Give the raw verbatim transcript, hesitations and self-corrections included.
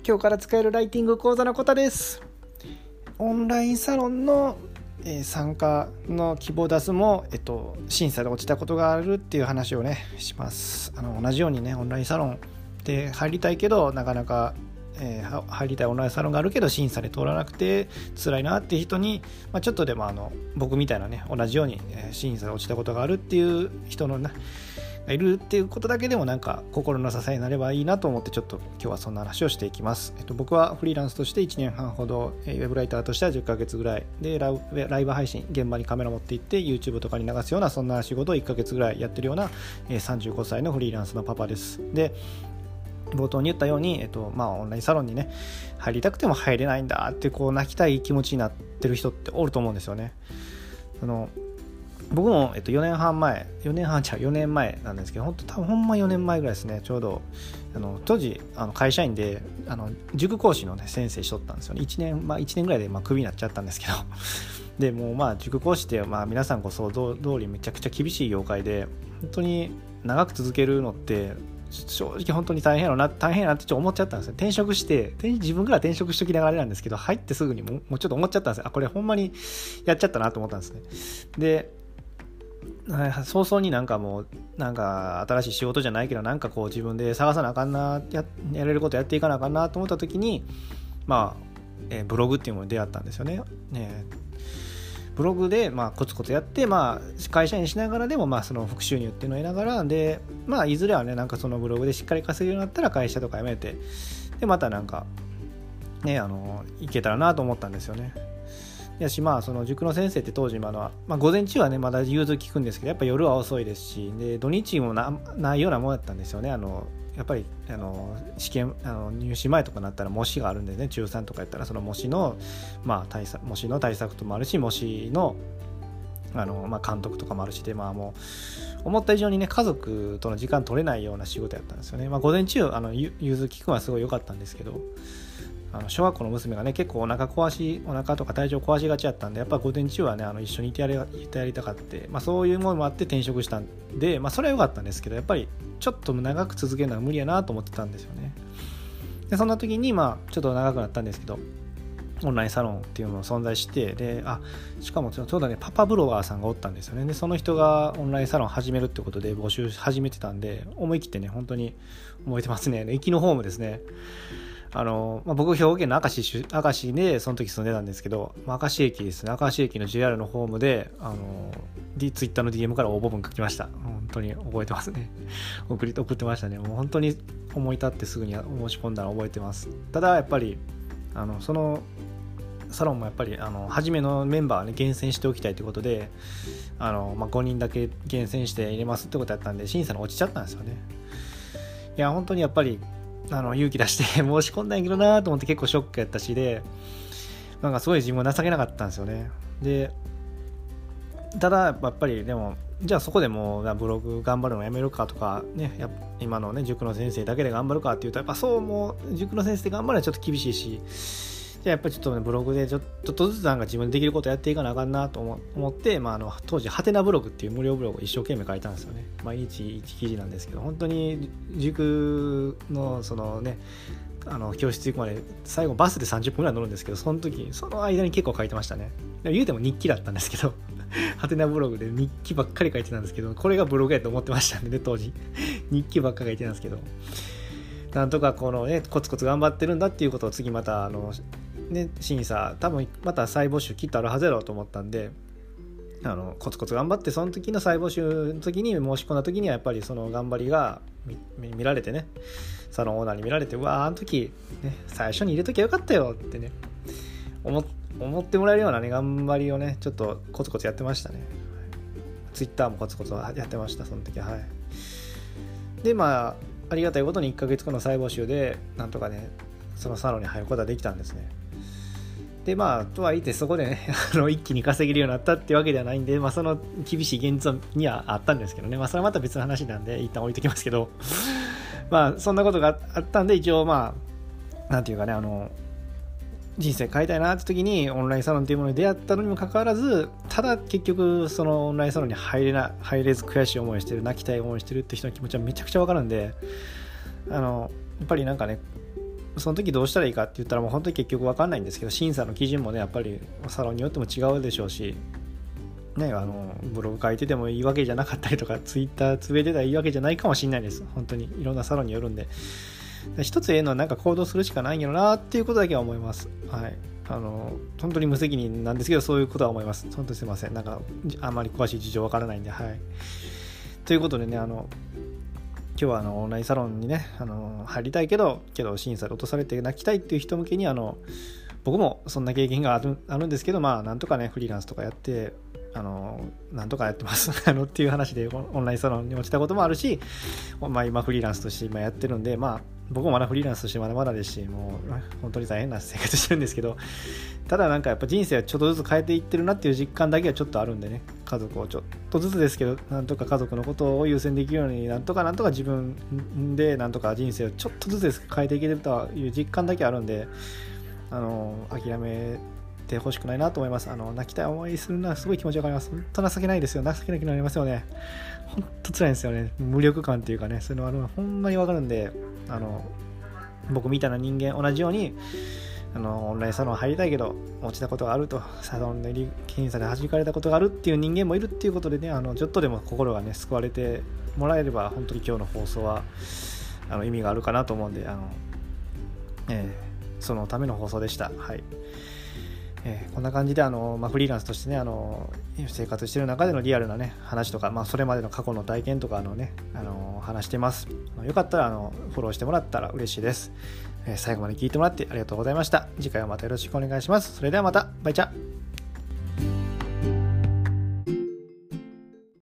今日から使えるライティング講座のコタです。オンラインサロンの、えー、参加の希望出すも、えっと、審査で落ちたことがあるっていう話をねします。あの同じようにねオンラインサロンで入りたいけどなかなか、えー、入りたいオンラインサロンがあるけど審査で通らなくて辛いなっていう人に、まあ、ちょっとでもあの僕みたいなね同じように、えー、審査で落ちたことがあるっていう人のねいるっていうことだけでもなんか心の支えになればいいなと思ってちょっと今日はそんな話をしていきます。えっと、僕はフリーランスとしていちねんはんほど、えー、ウェブライターとしてはじゅっかげつぐらいでライブ、ライブ配信現場にカメラ持って行って YouTube とかに流すようなそんな仕事をいっかげつぐらいやってるような、えー、さんじゅうごさいのフリーランスのパパです。で冒頭に言ったように、えっとまあ、オンラインサロンにね入りたくても入れないんだってこう泣きたい気持ちになってる人っておると思うんですよね。あの僕も、えっと、よねんはんまえよねんはんじゃよねんまえなんですけど本当多分ほんまよねんまえぐらいですね。ちょうどあの当時あの会社員であの塾講師の、ね、先生しとったんですよね。いちねん、まあ、いちねんぐらいで、まあ、クビになっちゃったんですけどでもうまあ塾講師って、まあ、皆さんご想像通りめちゃくちゃ厳しい業界で本当に長く続けるのって正直本当に大変やろな大変やなってちょっと思っちゃったんですよ。転職して自分から転職しときながらなんですけど入ってすぐにももうちょっと思っちゃったんですよ。あこれほんまにやっちゃったなと思ったんですね。で早々になんかもうなんか新しい仕事じゃないけどなんかこう自分で探さなあかんな や, やれることやっていかなあかんなと思った時にまあ、えー、ブログっていうものに出会ったんですよね。ねブログでまあコツコツやってまあ会社員しながらでもまあその副収入っていうのを得ながらでまあいずれはねなんかそのブログでしっかり稼げるようになったら会社とか辞めてでまたなんかねあのいけたらなと思ったんですよね。やしまあその塾の先生って当時今のは、まあ、午前中はねまだ融通聞くんですけどやっぱ夜は遅いですしで土日も な, ないようなもんやったんですよね。あのやっぱりあの試験あの入試前とかになったら模試があるんでね中さんとかやったらその模試のまあ対策模試の対策ともあるし模試のあの、まあ、監督とかもあるしでまあもう思った以上にね家族との時間取れないような仕事やったんですよね。まあ午前中あの融通聞くのはすごい良かったんですけどあの小学校の娘がね結構お腹壊しお腹とか体調壊しがちやったんでやっぱ午前中はねあの一緒にいてやりいてやりたかって、まあ、そういうものもあって転職したんで、まあ、それは良かったんですけどやっぱりちょっと長く続けるのは無理やなと思ってたんですよね。でそんな時にまあちょっと長くなったんですけどオンラインサロンっていうのが存在してであしかもちょうどねパパブロガーさんがおったんですよね。でその人がオンラインサロン始めるってことで募集始めてたんで思い切ってね本当に覚えてますね。駅のホームですね。あのまあ、僕兵庫県の明石明石でその時住んでたんですけど、まあ、明石駅ですね明石駅の ジェイアール のホームであの D ツイッターの ディーエム から応募文書きました。本当に覚えてますね。送り送ってましたね。もう本当に思い立ってすぐに申し込んだの覚えてます。ただやっぱりあのそのサロンもやっぱりあの初めのメンバーはね厳選しておきたいということであの、まあ、ごにんだけ厳選して入れますってことやったんで審査に落ちちゃったんですよね。いや本当にやっぱりあの勇気出して申し込んだんやけどなと思って結構ショックやったしでなんかすごい自分は情けなかったんですよね。でただやっぱりでもじゃあそこでもうブログ頑張るのやめるかとかねや今のね塾の先生だけで頑張るかっていうとやっぱそうもう塾の先生で頑張るのはちょっと厳しいしじゃあやっぱりちょっとねブログでちょっとずつなんか自分でできることやっていかなあかんなと思って、まあ、あの当時ハテナブログっていう無料ブログを一生懸命書いたんですよね。毎日いち記事なんですけど本当に塾のそのねあの教室行くまで最後バスでさんじゅっぷんぐらい乗るんですけどその時その間に結構書いてましたね。言うても日記だったんですけどハテナブログで日記ばっかり書いてたんですけどこれがブログやと思ってましたんでね当時日記ばっかり書いてたんですけどなんとかこのねコツコツ頑張ってるんだっていうことを次またあのね、審査多分また再募集きっとあるはずやろうと思ったんであのコツコツ頑張ってその時の再募集の時に申し込んだ時にはやっぱりその頑張りが 見, 見られてねサロンオーナーに見られてうわーあの時、ね、最初に入れときゃよかったよってね 思, 思ってもらえるようなね頑張りをねちょっとコツコツやってましたね。ツイッターもコツコツやってましたその時は。はいでまあありがたいことにいっかげつごの再募集でなんとかねそのサロンに入ることができたんですね。でまあとはいってそこでねあの一気に稼げるようになったっていうわけではないんで、まあ、その厳しい現実にはあったんですけどね、まあ、それはまた別の話なんで一旦置いときますけどまあそんなことがあったんで一応まあなんていうかねあの人生変えたいなって時にオンラインサロンっていうものに出会ったのにもかかわらずただ結局そのオンラインサロンに入れな入れず悔しい思いしてる泣きたい思いしてるって人の気持ちはめちゃくちゃわかるんであのやっぱりなんかねその時どうしたらいいかって言ったらもう本当に結局分かんないんですけど、審査の基準もねやっぱりサロンによっても違うでしょうし、ね、あのブログ書いててもいいわけじゃなかったりとか、ツイッターつぶやいてたらいいわけじゃないかもしれないです。本当にいろんなサロンによるんで、一つ言えるのはなんか行動するしかないんやろなっていうことだけは思います。はい、あの本当に無責任なんですけど、そういうことは思います。本当にすいません、なんかあんまり詳しい事情わからないんで。はい、ということでね、あの今日はあのオンラインサロンにねあの入りたいけどけど審査で落とされて泣きたいっていう人向けに、あの僕もそんな経験がある、あるんですけど、まあなんとかねフリーランスとかやってあのなんとかやってますあのっていう話で、オンラインサロンに落ちたこともあるし、まあ、今フリーランスとして今やってるんで、まあ僕もまだフリーランスとしてまだまだですし、もう本当に大変な生活してるんですけど、ただなんかやっぱ人生はちょっとずつ変えていってるなっていう実感だけはちょっとあるんでね、家族をちょっとずつですけどなんとか家族のことを優先できるように、なんとかなんとか自分でなんとか人生をちょっとずつです変えていけてるという実感だけあるんで、あの諦めてほしくないなと思います。あの泣きたい思いするのはすごい気持ちわかります。本当情けないですよ。情けなくなりますよね。本当辛いんですよね。無力感っていうかね、そういうのあるのほんまにわかるんで、あの僕みたいな人間同じようにあのオンラインサロン入りたいけど落ちたことがあると、サロンの検査で弾かれたことがあるっていう人間もいるっていうことでね、あのちょっとでも心がね救われてもらえれば、本当に今日の放送はあの意味があるかなと思うんで、あの、えー、そのための放送でした。はい、えー、こんな感じであの、まあ、フリーランスとしてねあの生活している中でのリアルなね話とか、まあ、それまでの過去の体験とかのねあの話してます。よかったらあのフォローしてもらったら嬉しいです。えー、最後まで聞いてもらってありがとうございました。次回はまたよろしくお願いします。それではまた、バイチャ。